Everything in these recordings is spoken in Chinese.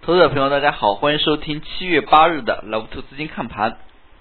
投资者朋友大家好，欢迎收听7月8日的老图资金看盘。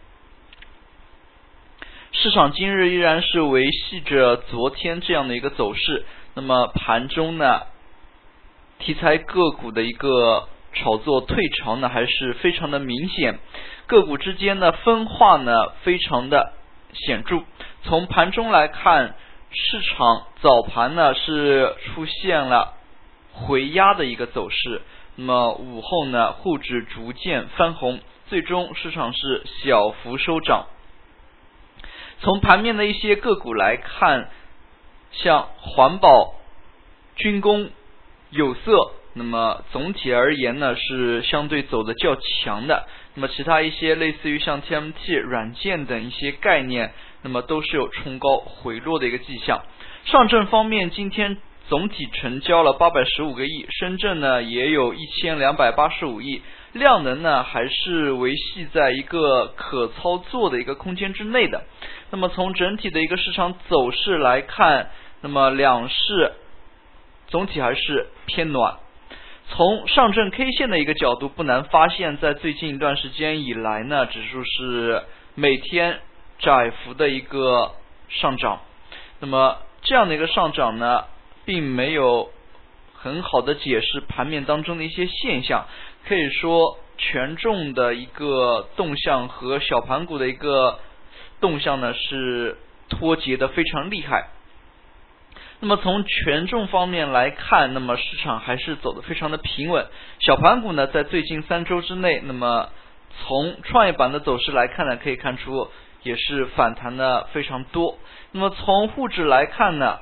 市场今日依然是维系着昨天这样的一个走势，那么盘中呢，题材个股的一个炒作退潮呢还是非常的明显，个股之间的分化呢非常的显著。从盘中来看，市场早盘呢是出现了回压的一个走势，那么午后呢沪指逐渐翻红，最终市场是小幅收涨。从盘面的一些个股来看，像环保、军工、有色，那么总体而言呢是相对走的较强的，那么其他一些类似于像 TMT 软件等一些概念，那么都是有冲高回落的一个迹象。上证方面今天总体成交了815个亿，深圳呢也有1285亿，量能呢还是维系在一个可操作的一个空间之内的。那么从整体的一个市场走势来看，那么两市总体还是偏暖。从上证 K 线的一个角度，不难发现，在最近一段时间以来呢，指数是每天窄幅的一个上涨。那么这样的一个上涨呢，并没有很好的解释盘面当中的一些现象，可以说权重的一个动向和小盘股的一个动向呢是脱节的非常厉害。那么从权重方面来看，那么市场还是走得非常的平稳。小盘股呢在最近3周之内，那么从创业板的走势来看呢，可以看出也是反弹的非常多。那么从沪指来看呢，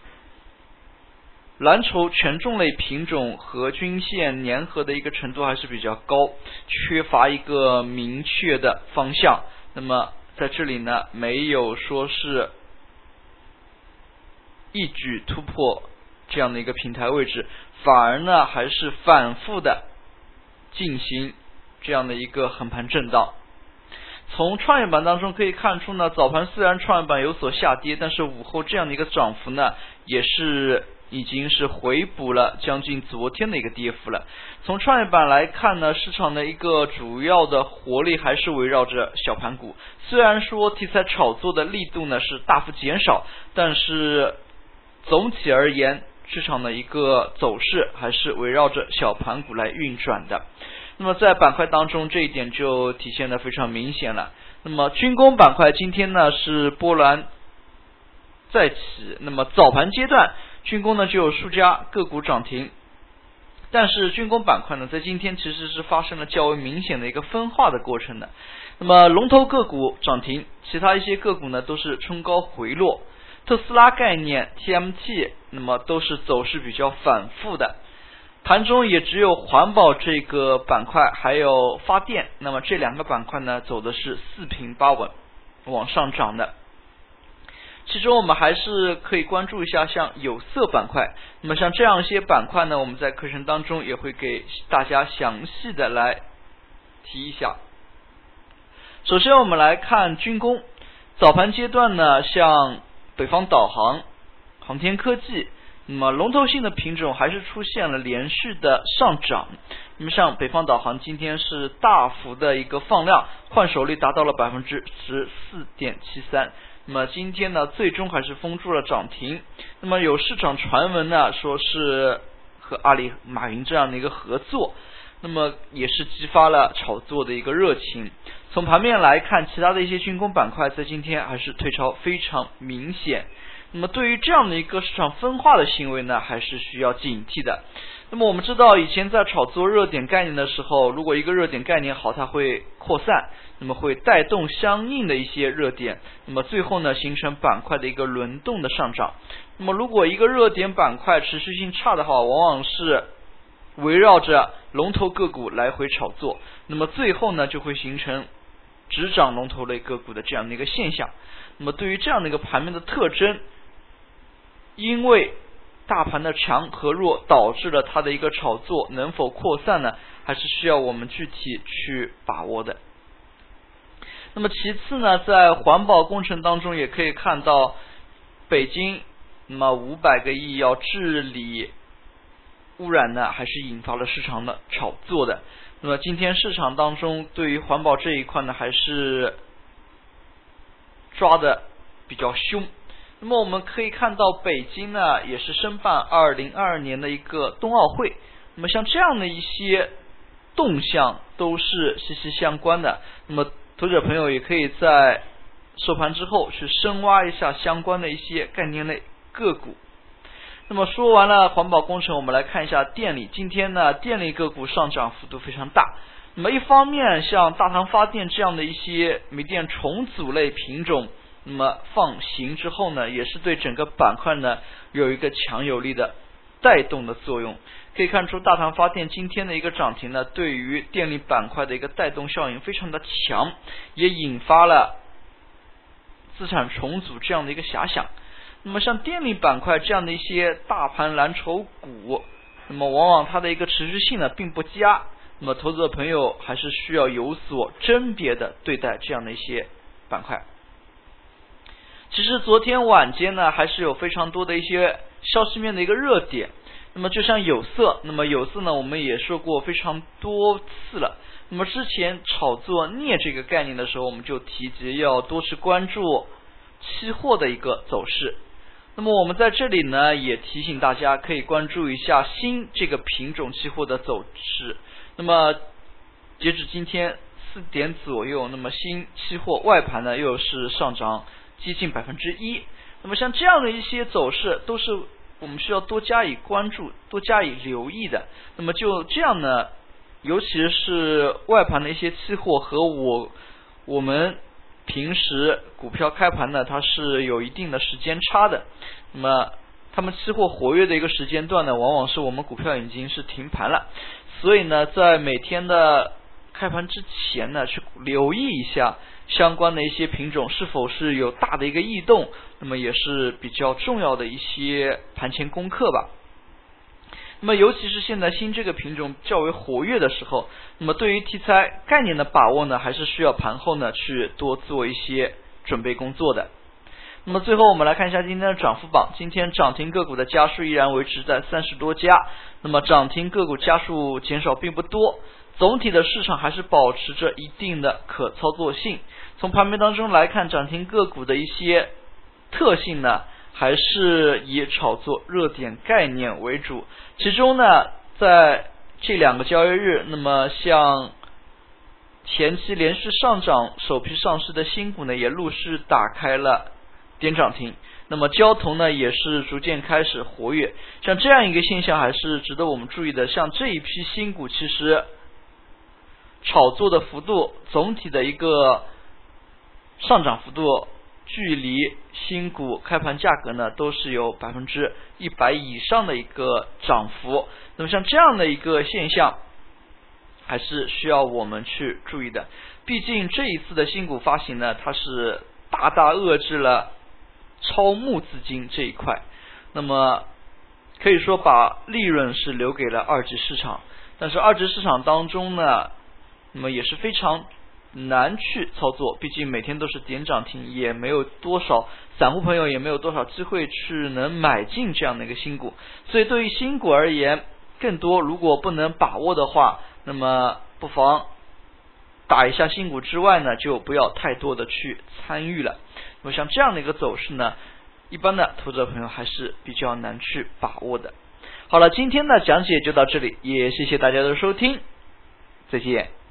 蓝筹权重类品种和均线粘合的一个程度还是比较高，缺乏一个明确的方向。那么在这里呢，没有说是一举突破这样的一个平台位置，反而呢还是反复的进行这样的一个横盘震荡。从创业板当中可以看出呢，早盘虽然创业板有所下跌，但是午后这样的一个涨幅呢，也是已经是回补了将近昨天的一个跌幅了。从创业板来看呢，市场的一个主要的活力还是围绕着小盘股，虽然说题材炒作的力度呢是大幅减少，但是总体而言，市场的一个走势还是围绕着小盘股来运转的。那么在板块当中，这一点就体现得非常明显了。那么军工板块今天呢是波澜再起，那么早盘阶段军工呢就有数家个股涨停，但是军工板块呢在今天其实是发生了较为明显的一个分化的过程的。那么龙头个股涨停，其他一些个股呢都是冲高回落。特斯拉概念 TMT 那么都是走势比较反复的，盘中也只有环保这个板块还有发电，那么这两个板块呢走的是四平八稳往上涨的。其中我们还是可以关注一下像有色板块，那么像这样一些板块呢，我们在课程当中也会给大家详细的来提一下。首先我们来看军工，早盘阶段呢，像北方导航、航天科技，那么龙头性的品种还是出现了连续的上涨。那么像北方导航今天是大幅的一个放量，换手率达到了 14.73%。那么今天呢最终还是封住了涨停。那么有市场传闻呢说是和阿里、马云这样的一个合作，那么也是激发了炒作的一个热情。从盘面来看，其他的一些军工板块在今天还是退潮非常明显。那么对于这样的一个市场分化的行为呢，还是需要警惕的。那么我们知道以前在炒作热点概念的时候，如果一个热点概念好，它会扩散，那么会带动相应的一些热点，那么最后呢形成板块的一个轮动的上涨。那么如果一个热点板块持续性差的话，往往是围绕着龙头个股来回炒作，那么最后呢就会形成只涨龙头类个股的这样的一个现象。那么对于这样的一个盘面的特征，因为大盘的强和弱导致了它的一个炒作能否扩散呢，还是需要我们具体去把握的。那么其次呢，在环保工程当中也可以看到北京那么500个亿要治理污染呢，还是引发了市场的炒作的。那么今天市场当中对于环保这一块呢，还是抓的比较凶。那么我们可以看到北京呢也是申办2022年的一个冬奥会，那么像这样的一些动向都是息息相关的。那么投资者朋友也可以在收盘之后去深挖一下相关的一些概念类个股。那么说完了环保工程，我们来看一下电力。今天呢电力个股上涨幅度非常大。那么一方面像大唐发电这样的一些煤电重组类品种，那么放行之后呢，也是对整个板块呢有一个强有力的带动的作用。可以看出大唐发电今天的一个涨停呢，对于电力板块的一个带动效应非常的强，也引发了资产重组这样的一个遐想。那么像电力板块这样的一些大盘蓝筹股，那么往往它的一个持续性呢并不佳，那么投资者朋友还是需要有所甄别的对待这样的一些板块。其实昨天晚间呢还是有非常多的一些消息面的一个热点。那么就像有色，那么有色呢我们也说过非常多次了。那么之前炒作镍这个概念的时候，我们就提及要多去关注期货的一个走势。那么我们在这里呢也提醒大家可以关注一下锌这个品种期货的走势。那么截止今天4点左右，那么锌期货外盘呢又是上涨接近1%。那么像这样的一些走势都是我们需要多加以关注多加以留意的。那么就这样呢，尤其是外盘的一些期货和我们平时股票开盘呢它是有一定的时间差的。那么他们期货活跃的一个时间段呢，往往是我们股票已经是停盘了，所以呢在每天的开盘之前呢去留意一下相关的一些品种是否是有大的一个异动，那么也是比较重要的一些盘前功课吧。那么尤其是现在锌这个品种较为活跃的时候，那么对于题材概念的把握呢，还是需要盘后呢去多做一些准备工作的。那么最后我们来看一下今天的涨幅榜。今天涨停个股的家数依然维持在30多家，那么涨停个股家数减少并不多，总体的市场还是保持着一定的可操作性。从盘面当中来看，涨停个股的一些特性呢还是以炒作热点概念为主。其中呢在这2个交易日，那么像前期连续上涨首批上市的新股呢也陆续打开了点涨停，那么交投呢也是逐渐开始活跃。像这样一个现象还是值得我们注意的。像这一批新股其实炒作的幅度总体的一个上涨幅度距离新股开盘价格呢都是有100%以上的一个涨幅。那么像这样的一个现象还是需要我们去注意的。毕竟这一次的新股发行呢，它是大大遏制了超募资金这一块，那么可以说把利润是留给了二级市场。但是二级市场当中呢，那么也是非常难去操作，毕竟每天都是点涨停，也没有多少散户朋友也没有多少机会去能买进这样的一个新股。所以对于新股而言，更多如果不能把握的话，那么不妨打一下新股之外呢，就不要太多的去参与了。那么像这样的一个走势呢，一般的投资者朋友还是比较难去把握的。好了，今天的讲解就到这里，也谢谢大家的收听，再见。